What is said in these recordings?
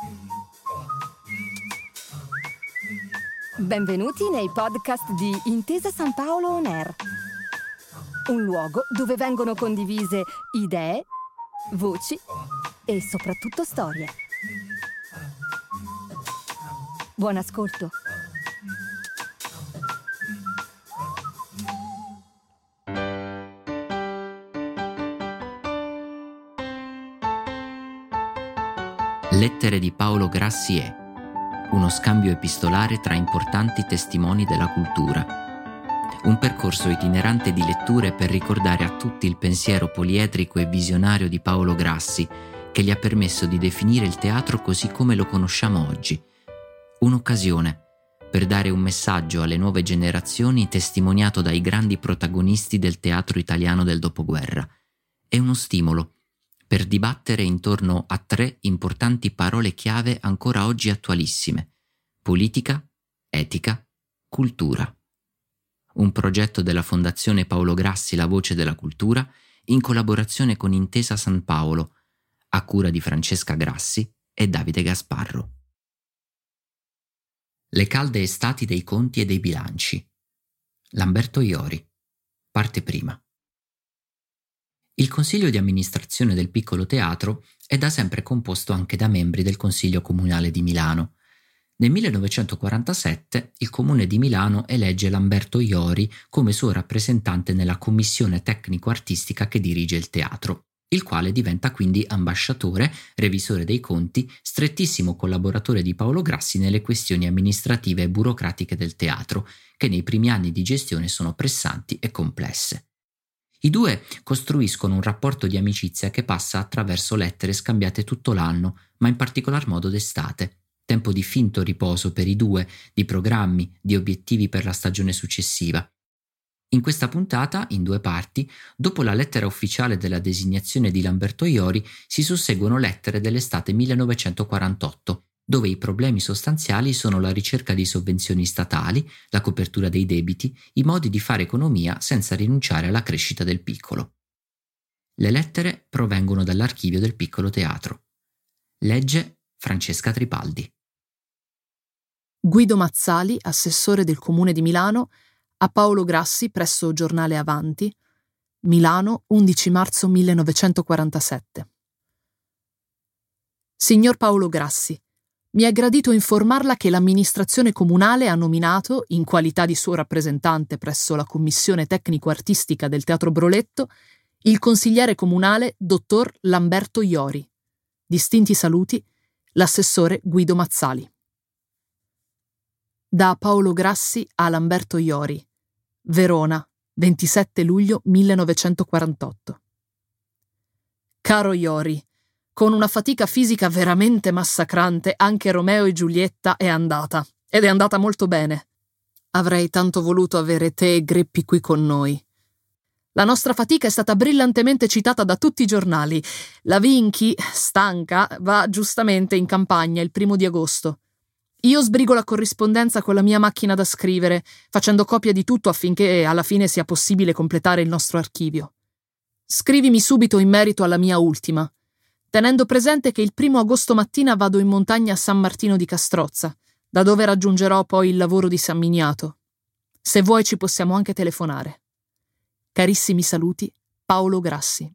Benvenuti nei podcast di Intesa San Paolo On Air, un luogo dove vengono condivise idee, voci e soprattutto storie. Buon ascolto. Lettere di Paolo Grassi è uno scambio epistolare tra importanti testimoni della cultura, un percorso itinerante di letture per ricordare a tutti il pensiero poliedrico e visionario di Paolo Grassi, che gli ha permesso di definire il teatro così come lo conosciamo oggi. Un'occasione per dare un messaggio alle nuove generazioni testimoniato dai grandi protagonisti del teatro italiano del dopoguerra. È uno stimolo per dibattere intorno a 3 importanti parole chiave ancora oggi attualissime: politica, etica, cultura. Un progetto della Fondazione Paolo Grassi La Voce della Cultura in collaborazione con Intesa San Paolo, a cura di Francesca Grassi e Davide Gasparro. Le calde estati dei conti e dei bilanci. Lamberto Iori. Parte prima. Il consiglio di amministrazione del piccolo teatro è da sempre composto anche da membri del Consiglio Comunale di Milano. Nel 1947 il Comune di Milano elegge Lamberto Iori come suo rappresentante nella commissione tecnico-artistica che dirige il teatro, il quale diventa quindi ambasciatore, revisore dei conti, strettissimo collaboratore di Paolo Grassi nelle questioni amministrative e burocratiche del teatro, che nei primi anni di gestione sono pressanti e complesse. I due costruiscono un rapporto di amicizia che passa attraverso lettere scambiate tutto l'anno, ma in particolar modo d'estate, tempo di finto riposo per i due, di programmi, di obiettivi per la stagione successiva. In questa puntata, in 2 parti, dopo la lettera ufficiale della designazione di Lamberto Iori, si susseguono lettere dell'estate 1948, dove i problemi sostanziali sono la ricerca di sovvenzioni statali, la copertura dei debiti, i modi di fare economia senza rinunciare alla crescita del piccolo. Le lettere provengono dall'archivio del piccolo teatro. Legge Francesca Tripaldi. Guido Mazzali, assessore del Comune di Milano, a Paolo Grassi presso Giornale Avanti, Milano, 11 marzo 1947. Signor Paolo Grassi, mi è gradito informarla che l'amministrazione comunale ha nominato, in qualità di suo rappresentante presso la commissione tecnico-artistica del Teatro Broletto, il consigliere comunale dottor Lamberto Iori. Distinti saluti, l'assessore Guido Mazzali. Da Paolo Grassi a Lamberto Iori. Verona, 27 luglio 1948. Caro Iori, con una fatica fisica veramente massacrante, anche Romeo e Giulietta è andata, ed è andata molto bene. Avrei tanto voluto avere te e Greppi qui con noi. La nostra fatica è stata brillantemente citata da tutti i giornali. La Vinchi, stanca, va giustamente in campagna il 1 di agosto. Io sbrigo la corrispondenza con la mia macchina da scrivere, facendo copia di tutto affinché alla fine sia possibile completare il nostro archivio. Scrivimi subito in merito alla mia ultima, tenendo presente che il 1 agosto mattina vado in montagna a San Martino di Castrozza, da dove raggiungerò poi il lavoro di San Miniato. Se vuoi ci possiamo anche telefonare. Carissimi saluti, Paolo Grassi.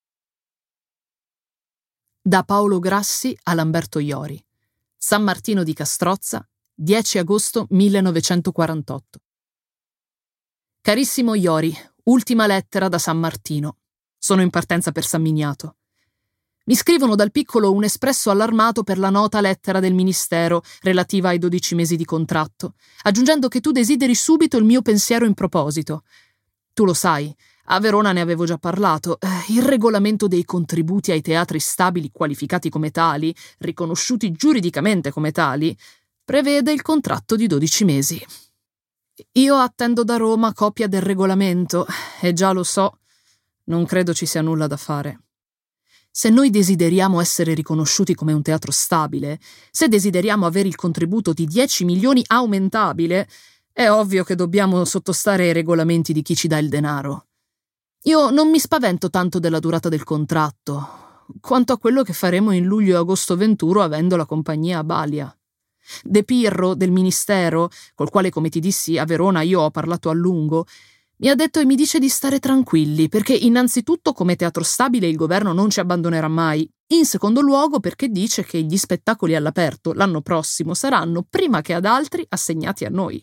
Da Paolo Grassi a Lamberto Iori. San Martino di Castrozza, 10 agosto 1948. Carissimo Iori, ultima lettera da San Martino. Sono in partenza per San Miniato. Mi scrivono dal piccolo un espresso allarmato per la nota lettera del Ministero relativa ai 12 mesi di contratto, aggiungendo che tu desideri subito il mio pensiero in proposito. Tu lo sai, a Verona ne avevo già parlato, il regolamento dei contributi ai teatri stabili qualificati come tali, riconosciuti giuridicamente come tali, prevede il contratto di 12 mesi. Io attendo da Roma copia del regolamento e già lo so, non credo ci sia nulla da fare. Se noi desideriamo essere riconosciuti come un teatro stabile, se desideriamo avere il contributo di 10 milioni aumentabile, è ovvio che dobbiamo sottostare ai regolamenti di chi ci dà il denaro. Io non mi spavento tanto della durata del contratto. quanto a quello che faremo in luglio e agosto 21 avendo la compagnia a Balia. De Pirro, del Ministero, col quale, come ti dissi, a Verona io ho parlato a lungo, mi ha detto e mi dice di stare tranquilli, perché innanzitutto come teatro stabile il governo non ci abbandonerà mai, in secondo luogo perché dice che gli spettacoli all'aperto l'anno prossimo saranno, prima che ad altri, assegnati a noi.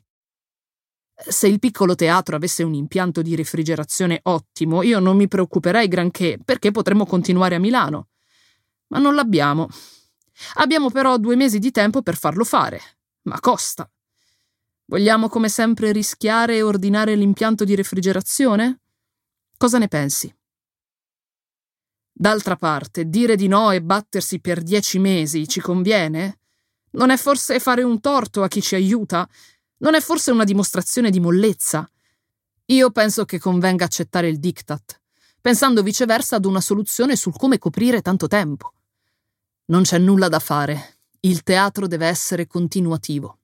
Se il piccolo teatro avesse un impianto di refrigerazione ottimo, io non mi preoccuperei granché, perché potremmo continuare a Milano. Ma non l'abbiamo. Abbiamo però 2 mesi di tempo per farlo fare. Ma costa. Vogliamo come sempre rischiare e ordinare l'impianto di refrigerazione? Cosa ne pensi? D'altra parte, dire di no e battersi per 10 mesi ci conviene? Non è forse fare un torto a chi ci aiuta? Non è forse una dimostrazione di mollezza? Io penso che convenga accettare il diktat, pensando viceversa ad una soluzione sul come coprire tanto tempo. Non c'è nulla da fare. Il teatro deve essere continuativo.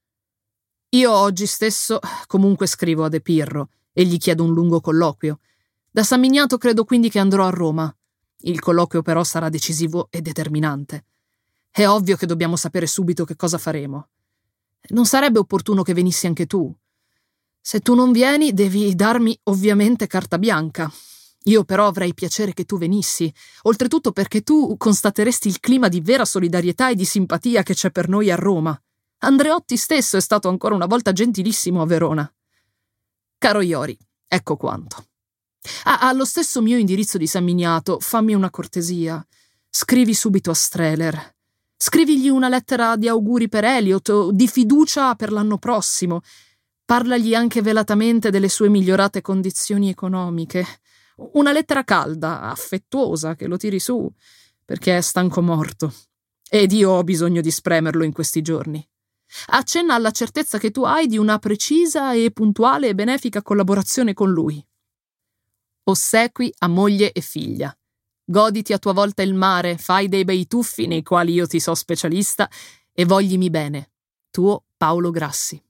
Io oggi stesso comunque scrivo a De Pirro e gli chiedo un lungo colloquio. Da San Miniato credo quindi che andrò a Roma. Il colloquio però sarà decisivo e determinante. È ovvio che dobbiamo sapere subito che cosa faremo. Non sarebbe opportuno che venissi anche tu? Se tu non vieni, devi darmi ovviamente carta bianca. Io però avrei piacere che tu venissi, oltretutto perché tu constateresti il clima di vera solidarietà e di simpatia che c'è per noi a Roma. Andreotti stesso è stato ancora una volta gentilissimo a Verona. Caro Iori, ecco quanto. Allo stesso mio indirizzo di San Miniato, fammi una cortesia. Scrivi subito a Streller. Scrivigli una lettera di auguri per Elliot o di fiducia per l'anno prossimo. Parlagli anche velatamente delle sue migliorate condizioni economiche. Una lettera calda, affettuosa, che lo tiri su, perché è stanco morto. Ed io ho bisogno di spremerlo in questi giorni. Accenna alla certezza che tu hai di una precisa e puntuale e benefica collaborazione con lui. Ossequi a moglie e figlia. Goditi a tua volta il mare, fai dei bei tuffi nei quali io ti so specialista e voglimi bene. Tuo Paolo Grassi.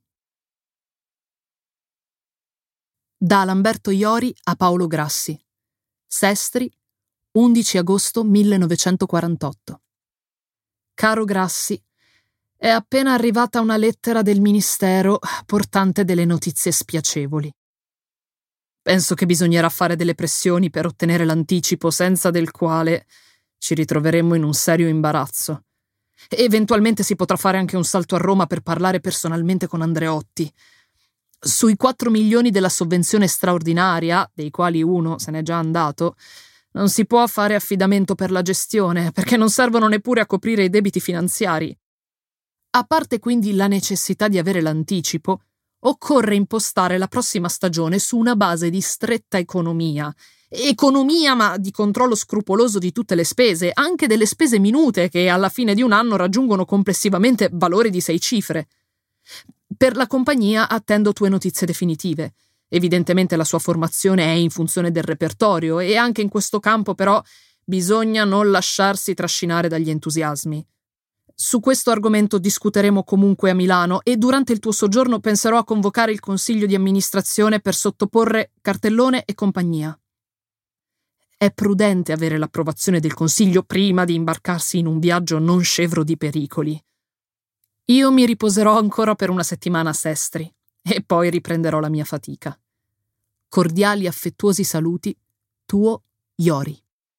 Da Lamberto Iori a Paolo Grassi. Sestri, 11 agosto 1948. Caro Grassi, è appena arrivata una lettera del Ministero portante delle notizie spiacevoli. Penso che bisognerà fare delle pressioni per ottenere l'anticipo, senza del quale ci ritroveremmo in un serio imbarazzo. E eventualmente si potrà fare anche un salto a Roma per parlare personalmente con Andreotti. Sui 4 milioni della sovvenzione straordinaria, dei quali 1 se n'è già andato, non si può fare affidamento per la gestione, perché non servono neppure a coprire i debiti finanziari. A parte quindi la necessità di avere l'anticipo, occorre impostare la prossima stagione su una base di stretta economia. Economia, ma di controllo scrupoloso di tutte le spese, anche delle spese minute che alla fine di un anno raggiungono complessivamente valori di 6 cifre. Per la compagnia attendo tue notizie definitive. Evidentemente la sua formazione è in funzione del repertorio e anche in questo campo però bisogna non lasciarsi trascinare dagli entusiasmi. Su questo argomento discuteremo comunque a Milano e durante il tuo soggiorno penserò a convocare il consiglio di amministrazione per sottoporre cartellone e compagnia. È prudente avere l'approvazione del consiglio prima di imbarcarsi in un viaggio non scevro di pericoli. Io mi riposerò ancora per una settimana a Sestri e poi riprenderò la mia fatica. Cordiali affettuosi saluti, tuo Iori.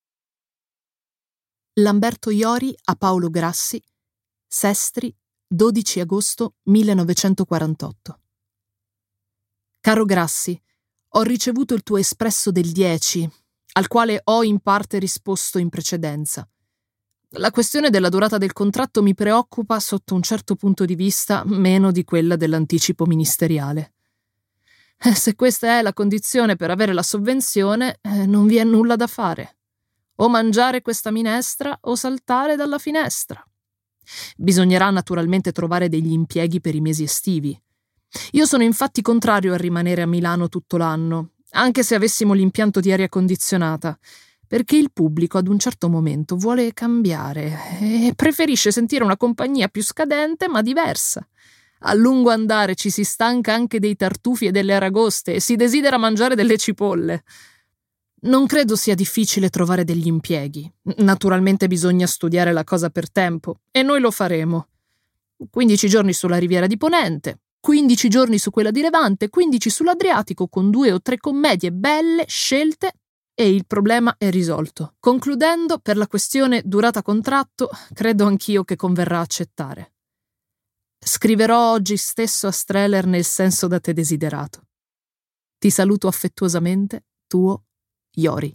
Lamberto Iori a Paolo Grassi, Sestri, 12 agosto 1948. Caro Grassi, ho ricevuto il tuo espresso del 10, al quale ho in parte risposto in precedenza. La questione della durata del contratto mi preoccupa sotto un certo punto di vista meno di quella dell'anticipo ministeriale. Se questa è la condizione per avere la sovvenzione, non vi è nulla da fare. O mangiare questa minestra o saltare dalla finestra. Bisognerà naturalmente trovare degli impieghi per i mesi estivi. Io sono infatti contrario a rimanere a Milano tutto l'anno, anche se avessimo l'impianto di aria condizionata, perché il pubblico ad un certo momento vuole cambiare e preferisce sentire una compagnia più scadente ma diversa. A lungo andare ci si stanca anche dei tartufi e delle aragoste e si desidera mangiare delle cipolle. Non credo sia difficile trovare degli impieghi. Naturalmente bisogna studiare la cosa per tempo, e noi lo faremo. 15 giorni sulla riviera di Ponente, 15 giorni su quella di Levante, 15 sull'Adriatico, con 2 o 3 commedie belle, scelte, e il problema è risolto. Concludendo, per la questione durata contratto, credo anch'io che converrà accettare. Scriverò oggi stesso a Streller nel senso da te desiderato. Ti saluto affettuosamente, tuo Iori.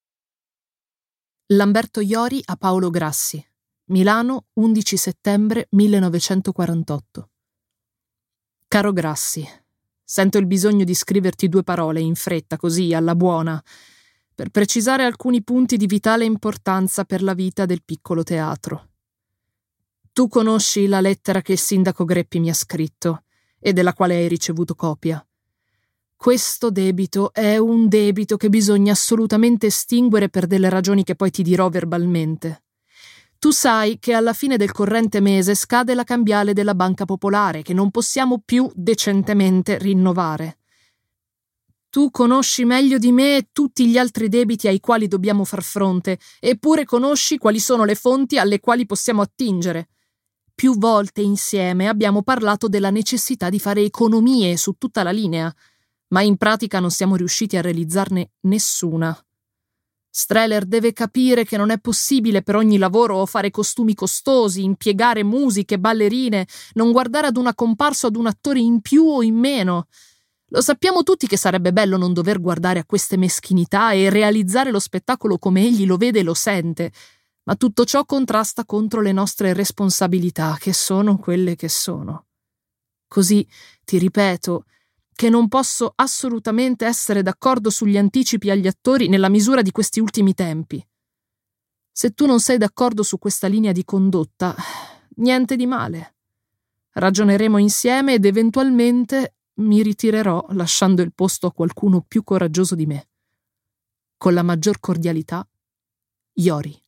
Lamberto Iori a Paolo Grassi, Milano, 11 settembre 1948. Caro Grassi, sento il bisogno di scriverti 2 parole in fretta, così, alla buona, per precisare alcuni punti di vitale importanza per la vita del piccolo teatro. Tu conosci la lettera che il sindaco Greppi mi ha scritto e della quale hai ricevuto copia. Questo debito è un debito che bisogna assolutamente estinguere per delle ragioni che poi ti dirò verbalmente. Tu sai che alla fine del corrente mese scade la cambiale della Banca Popolare, che non possiamo più decentemente rinnovare. Tu conosci meglio di me tutti gli altri debiti ai quali dobbiamo far fronte, eppure conosci quali sono le fonti alle quali possiamo attingere. Più volte insieme abbiamo parlato della necessità di fare economie su tutta la linea, ma in pratica non siamo riusciti a realizzarne nessuna. Streller deve capire che non è possibile per ogni lavoro fare costumi costosi, impiegare musiche, ballerine, non guardare ad una comparsa o ad un attore in più o in meno. Lo sappiamo tutti che sarebbe bello non dover guardare a queste meschinità e realizzare lo spettacolo come egli lo vede e lo sente, ma tutto ciò contrasta contro le nostre responsabilità, che sono quelle che sono. Così, ti ripeto, che non posso assolutamente essere d'accordo sugli anticipi agli attori nella misura di questi ultimi tempi. Se tu non sei d'accordo su questa linea di condotta, niente di male. Ragioneremo insieme ed eventualmente mi ritirerò lasciando il posto a qualcuno più coraggioso di me. Con la maggior cordialità, Iori.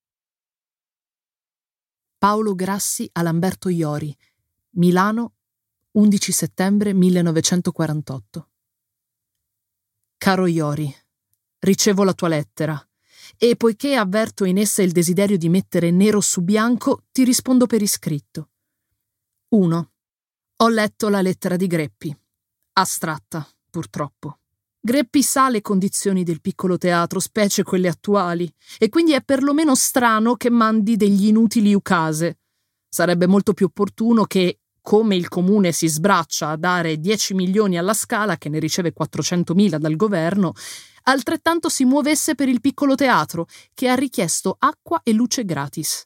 Paolo Grassi a Lamberto Iori, Milano, 11 settembre 1948. Caro Iori, ricevo la tua lettera e poiché avverto in essa il desiderio di mettere nero su bianco, ti rispondo per iscritto. 1. Ho letto la lettera di Greppi. Astratta, purtroppo. Greppi sa le condizioni del piccolo teatro, specie quelle attuali, e quindi è perlomeno strano che mandi degli inutili ukase. Sarebbe molto più opportuno che, come il comune si sbraccia a dare 10 milioni alla Scala, che ne riceve 400.000 dal governo, altrettanto si muovesse per il piccolo teatro, che ha richiesto acqua e luce gratis.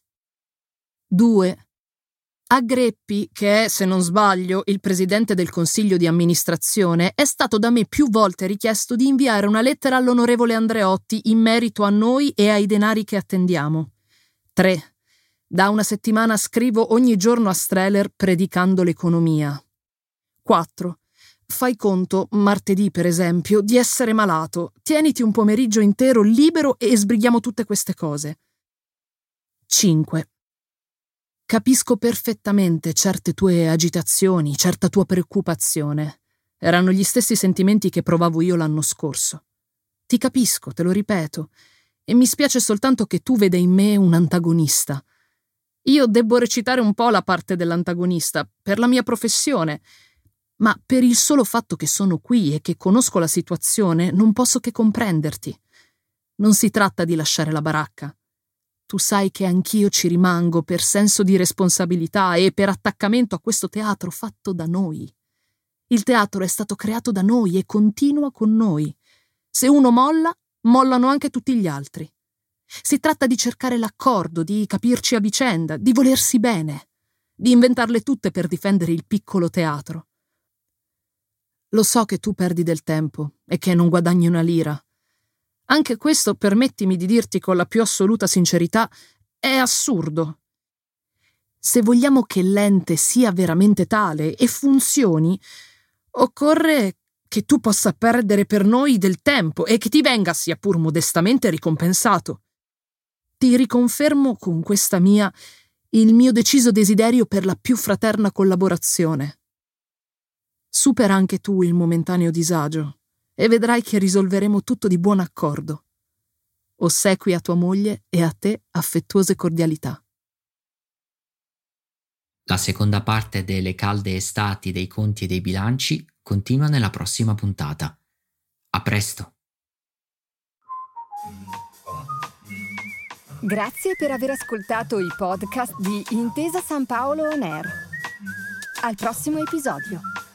2. A Greppi, che è, se non sbaglio, il presidente del consiglio di amministrazione, è stato da me più volte richiesto di inviare una lettera all'onorevole Andreotti in merito a noi e ai denari che attendiamo. 3. Da una settimana scrivo ogni giorno a Streller predicando l'economia. 4. Fai conto, martedì per esempio, di essere malato. Tieniti un pomeriggio intero libero e sbrighiamo tutte queste cose. 5. Capisco perfettamente certe tue agitazioni, certa tua preoccupazione. Erano gli stessi sentimenti che provavo io l'anno scorso. Ti capisco, te lo ripeto, e mi spiace soltanto che tu veda in me un antagonista. Io debbo recitare un po' la parte dell'antagonista, per la mia professione, ma per il solo fatto che sono qui e che conosco la situazione non posso che comprenderti. Non si tratta di lasciare la baracca. Tu sai che anch'io ci rimango per senso di responsabilità e per attaccamento a questo teatro fatto da noi. Il teatro è stato creato da noi e continua con noi. Se uno molla, mollano anche tutti gli altri. Si tratta di cercare l'accordo, di capirci a vicenda, di volersi bene, di inventarle tutte per difendere il piccolo teatro. Lo so che tu perdi del tempo e che non guadagni una lira. Anche questo, permettimi di dirti con la più assoluta sincerità, è assurdo. Se vogliamo che l'ente sia veramente tale e funzioni, occorre che tu possa perdere per noi del tempo e che ti venga, sia pur modestamente, ricompensato. Ti riconfermo con questa mia il mio deciso desiderio per la più fraterna collaborazione. Supera anche tu il momentaneo disagio. e vedrai che risolveremo tutto di buon accordo. Ossequi a tua moglie e a te affettuose cordialità. La seconda parte delle calde estati dei conti e dei bilanci continua nella prossima puntata. A presto! Grazie per aver ascoltato i podcast di Intesa San Paolo On Air. Al prossimo episodio.